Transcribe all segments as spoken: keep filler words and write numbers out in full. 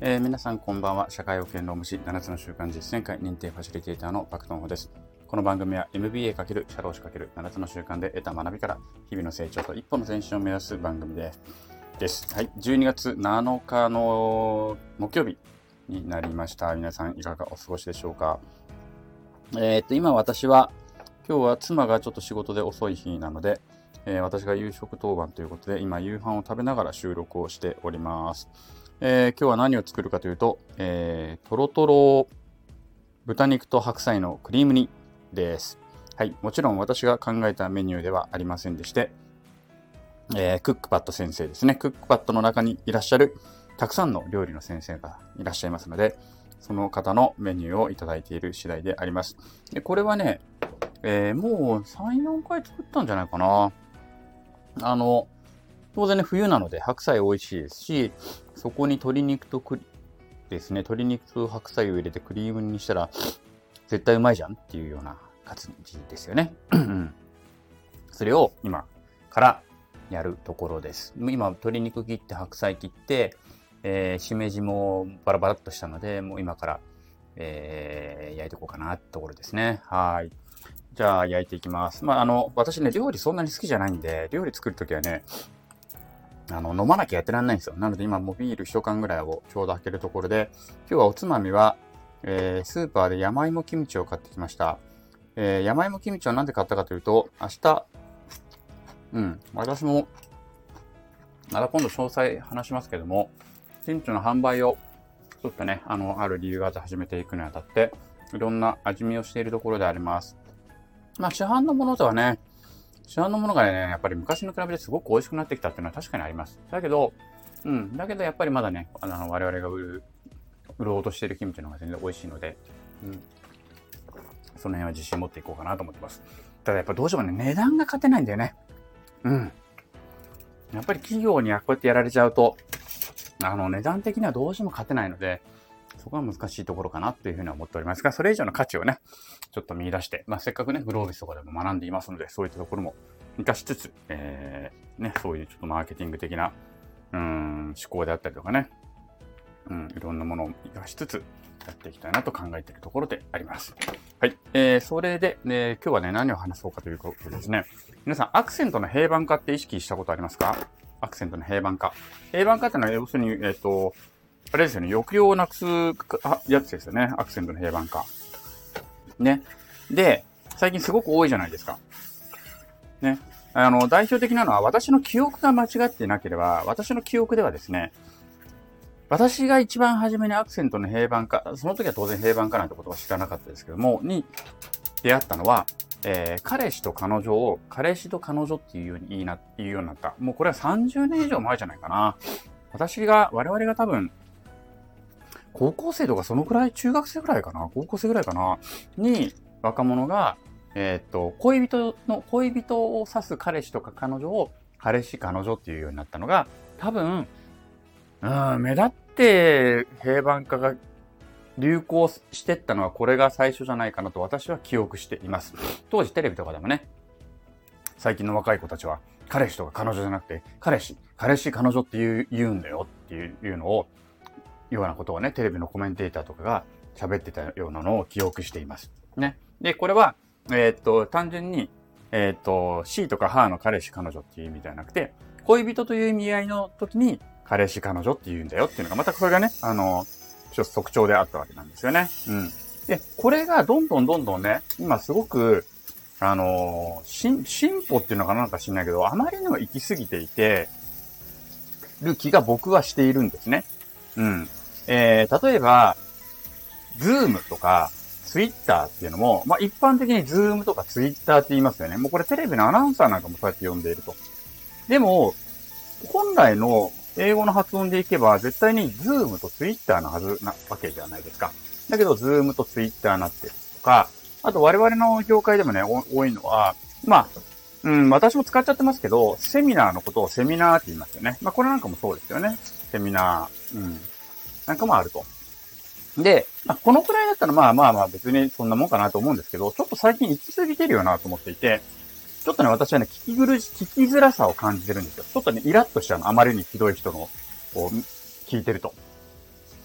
えー、皆さんこんばんは。社会保険労務士ななつの習慣実践会認定ファシリテーターのパクトンホです。この番組は エムビーエー× 社労士×ななつの習慣で得た学びから日々の成長と一歩の前進を目指す番組です。です。はい。じゅうにがつなのかの木曜日になりました。皆さんいかがお過ごしでしょうか。えー、っと、今私は、今日は妻がちょっと仕事で遅い日なので、えー、私が夕食当番ということで、今夕飯を食べながら収録をしております。えー、今日は何を作るかというと、えー、トロトロ豚肉と白菜のクリーム煮です。はい。もちろん私が考えたメニューではありませんでして、えー、クックパッド先生ですね。クックパッドの中にいらっしゃるたくさんの料理の先生がいらっしゃいますので、その方のメニューをいただいている次第であります。でこれはね、えー、もうさん、よんかい作ったんじゃないかな。あの、当然ね、冬なので白菜美味しいですし、そこに鶏肉とクリですね、鶏肉と白菜を入れてクリームにしたら、絶対うまいじゃんっていうような感じですよね。それを今からやるところです。今、鶏肉切って白菜切って、えー、しめじもバラバラっとしたので、もう今から、えー、焼いていこうかなってところですね。はい。じゃあ焼いていきます。まあ、あの、私ね、料理そんなに好きじゃないんで、料理作るときはね、あの、飲まなきゃやってらんないんですよ。なので今もうビール一缶ぐらいをちょうど開けるところで、今日はおつまみは、えー、スーパーで山芋キムチを買ってきました。えー、山芋キムチをなんで買ったかというと、明日、うん、私も、また今度詳細話しますけども、キムチの販売を、ちょっとね、あの、ある理由があって始めていくにあたって、いろんな味見をしているところであります。まあ、市販のものとはね、市販のものがね、やっぱり昔に比べてすごく美味しくなってきたっていうのは確かにあります。だけど、うん、だけどやっぱりまだね、あの、我々が売る、売ろうとしているキムチの方が全然美味しいので、うん、その辺は自信持っていこうかなと思ってます。ただやっぱどうしてもね、値段が勝てないんだよね。うん。やっぱり企業にはこうやってやられちゃうと、あの、値段的にはどうしても勝てないので、そこは難しいところかなっていうふうには思っておりますが、それ以上の価値をね、ちょっと見出して、まあ、せっかくね、グロービスとかでも学んでいますので、そういったところも活かしつつ、えー、ね、そういうちょっとマーケティング的な、うーん、思考であったりとかね、うん、いろんなものを活かしつつ、やっていきたいなと考えているところであります。はい。えー、それで、ね、今日はね、何を話そうかということですね。皆さん、アクセントの平板化って意識したことありますか？アクセントの平板化。平板化ってのは、要するに、えっと、あれですよね、抑揚をなくすやつですよね。アクセントの平板化。ね。で、最近すごく多いじゃないですか。ね。あの、代表的なのは、私の記憶が間違ってなければ、私の記憶ではですね、私が一番初めにアクセントの平板化、その時は当然平板化なんてことは知らなかったですけども、に出会ったのは、えー、彼氏と彼女を彼氏と彼女っていうように言いな、言うようになった。もうこれはさんじゅうねん以上前じゃないかな。私が、我々が多分、高校生とかそのくらい、中学生ぐらいかな、高校生ぐらいかな、に若者が、えー、っと、恋人の、恋人を指す彼氏とか彼女を彼氏彼女っていうようになったのが、多分、うん、目立って平板化が流行してったのはこれが最初じゃないかなと私は記憶しています。当時テレビとかでもね、最近の若い子たちは彼氏とか彼女じゃなくて、彼氏、彼氏彼女って言う、言うんだよっていうのを、ようなことをね、テレビのコメンテーターとかが喋ってたようなのを記憶しています。ね。で、これは、えー、っと、単純に、えー、っと、C とかハーの彼氏彼女っていう意味ではなくて、恋人という意味合いの時に、彼氏彼女って言うんだよっていうのが、またこれがね、あの、一つ特徴であったわけなんですよね。うん。で、これがどんどんどんどんね、今すごく、あの、進歩っていうのかなんか知んないけど、あまりにも行き過ぎていて、る気が僕はしているんですね。うん。えー、例えば、ズームとか、ツイッターっていうのも、まあ、一般的にズームとかツイッターって言いますよね。もうこれテレビのアナウンサーなんかもそうやって呼んでいると。でも、本来の英語の発音でいけば、絶対にズームとツイッターのはずなわけじゃないですか。だけど、ズームとツイッターになってるとか、あと我々の業界でもね、多いのは、まあ、うん、私も使っちゃってますけど、セミナーのことをセミナーって言いますよね。まあ、これなんかもそうですよね。セミナー、うん、なんかもあると。で、まあ、このくらいだったらまあまあまあ別にそんなもんかなと思うんですけど、ちょっと最近行き過ぎてるよなと思っていて、ちょっとね、私はね、聞き苦し、聞きづらさを感じてるんですよ。ちょっとね、イラッとしちゃうの。あまりにひどい人の、を聞いてると。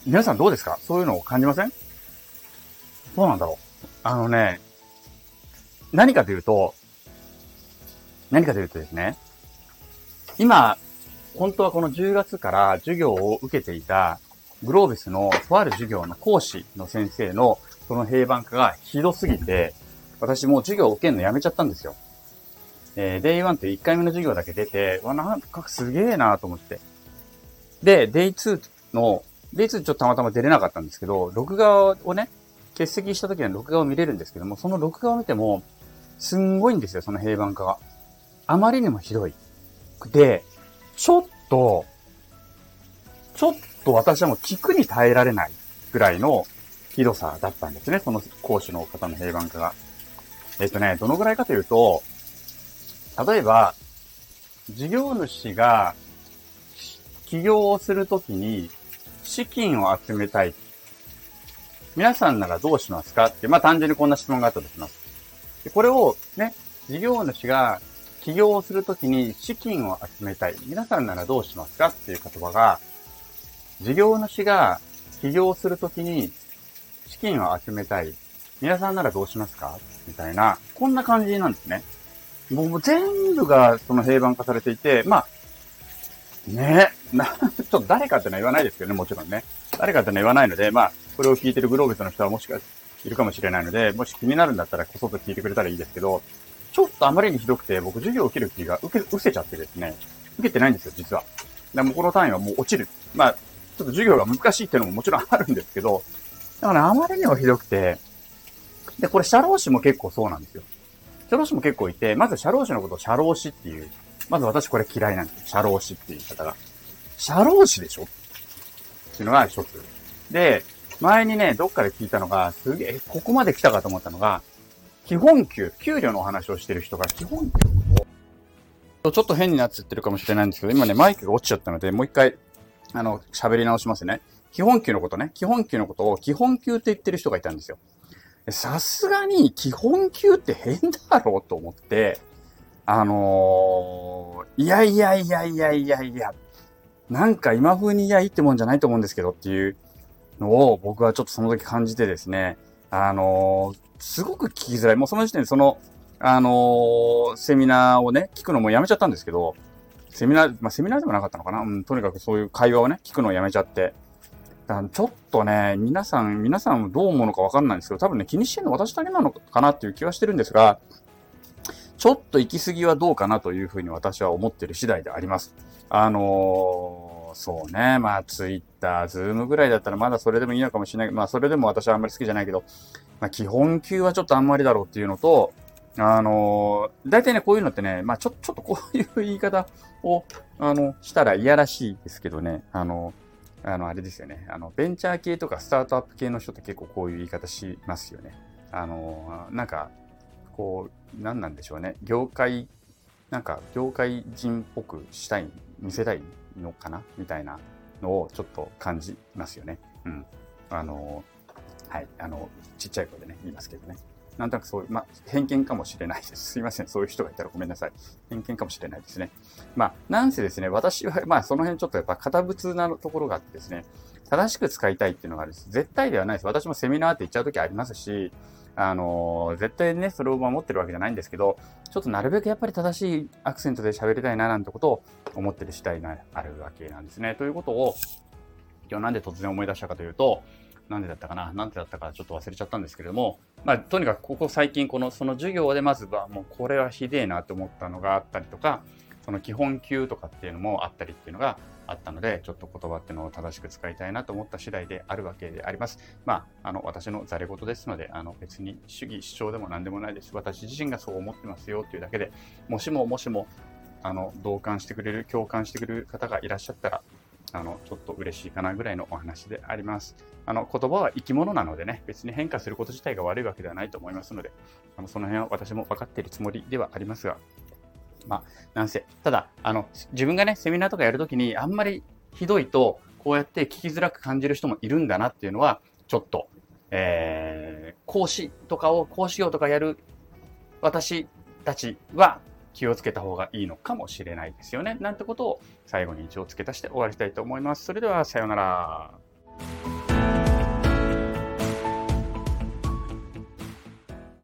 皆さんどうですか？そういうのを感じません？どうなんだろう。あのね、何かというと、何かというとですね、今、本当はこのじゅうがつから授業を受けていたグロービスのとある授業の講師の先生のその平板化がひどすぎて、私もう授業を受けるのやめちゃったんですよ。えー、デイワンっていっかいめの授業だけ出て、わ、なんかすげえなと思って。で、デイツーの、デイツーちょっとたまたま出れなかったんですけど、録画をね、欠席した時には録画を見れるんですけども、その録画を見ても、すんごいんですよ、その平板化が。あまりにもひどい。で、ちょっと、ちょっと私はもう聞くに耐えられないぐらいのひどさだったんですね、その講師の方の平板化が。えっとね、どのぐらいかというと、例えば、事業主が起業をするときに資金を集めたい。皆さんならどうしますかって、まあ単純にこんな質問があったとします。でこれをね、事業主が起業をするときに資金を集めたい。皆さんならどうしますかっていう言葉が、事業主が起業するときに資金を集めたい。皆さんならどうしますかみたいな、こんな感じなんですね。もう全部がその平板化されていて、まあ、ねな、ちょっと誰かってのは言わないですけどね、もちろんね。誰かってのは言わないので、まあ、これを聞いてるグロービスの人はもしかいるかもしれないので、もし気になるんだったらこそっと聞いてくれたらいいですけど、ちょっとあまりにひどくて、僕授業を受ける気が受け、失せちゃってですね、受けてないんですよ、実は。でもこの単位はもう落ちる。まあ、ちょっと授業が難しいっていうのももちろんあるんですけど、だからあまりにもひどくて、で、これ社労士も結構そうなんですよ。社労士も結構いて、まず社労士のことを社労士っていう。まず私これ嫌いなんですよ。社労士っていう言い方が。社労士でしょっていうのが一つ。で、前にね、どっかで聞いたのが、すげえ、ここまで来たかと思ったのが、基本給、給料のお話をしてる人が基本給を、ちょっと変になっちゃってるかもしれないんですけど、今ね、マイクが落ちちゃったので、もう一回、あの、喋り直しますね。基本給のことね。基本給のことを基本給って言ってる人がいたんですよ。さすがに基本給って変だろうと思って、あのー、いやいやいやいやいやいや、なんか今風にいやいいってもんじゃないと思うんですけどっていうのを僕はちょっとその時感じてですね、あのー、すごく聞きづらい。もうその時点でその、あのー、セミナーをね、聞くのもやめちゃったんですけど、セミナー、まあ、セミナーでもなかったのかな、うん、とにかくそういう会話をね、聞くのをやめちゃって、ちょっとね、皆さん、皆さんどう思うのかわかんないんですけど、多分ね、気にしてるの私だけなのかなっていう気はしてるんですが、ちょっと行き過ぎはどうかなというふうに私は思ってる次第であります。あのー、そうね、まあ、ツイッター、ズームぐらいだったらまだそれでもいいのかもしれない。まあ、それでも私はあんまり好きじゃないけど、まあ、基本級はちょっとあんまりだろうっていうのと、あのー、大体ね、こういうのってね、まあ、ちょ、ちょっとこういう言い方を、あの、したらいやらしいですけどね、あの、あの、あれですよね。あの、ベンチャー系とかスタートアップ系の人って結構こういう言い方しますよね。あの、なんか、こう、何なんでしょうね。業界、なんか、業界人っぽくしたい、見せたいのかなみたいなのをちょっと感じますよね。うん。あの、はい。あの、ちっちゃい声でね、言いますけどね。なんとなくそういう、まあ、偏見かもしれないです。すいません。そういう人がいたらごめんなさい。偏見かもしれないですね。まあ、なんせですね、私は、まあ、その辺ちょっとやっぱ堅物なところがあってですね、正しく使いたいっていうのがです、絶対ではないです。私もセミナーって言っちゃうときありますし、あのー、絶対ね、それを守ってるわけじゃないんですけど、ちょっとなるべくやっぱり正しいアクセントで喋りたいななんてことを思ってる次第があるわけなんですね。ということを、今日なんで突然思い出したかというと、なんでだったかななんでだったかちょっと忘れちゃったんですけれども、まあ、とにかくここ最近この、その授業でまずはもうこれはひでえなと思ったのがあったりとか、その基本級とかっていうのもあったりっていうのがあったので、ちょっと言葉っていうのを正しく使いたいなと思った次第であるわけであります。まあ、あの、私のざれ言ですので、あの、別に主義主張でも何でもないです。私自身がそう思ってますよっていうだけで、もしももしも、あの、同感してくれる、共感してくれる方がいらっしゃったら、あの、ちょっと嬉しいかなぐらいのお話であります。あの、言葉は生き物なのでね、別に変化すること自体が悪いわけではないと思いますので、あのその辺は私も分かっているつもりではありますが、まあ、なんせ、ただ、あの、自分がね、セミナーとかやるときに、あんまりひどいと、こうやって聞きづらく感じる人もいるんだなっていうのは、ちょっと、えー、講師とかを、講師業とかやる私たちは、気をつけた方がいいのかもしれないですよね。なんてことを最後に一応付け足して終わりたいと思います。それでは、さようなら。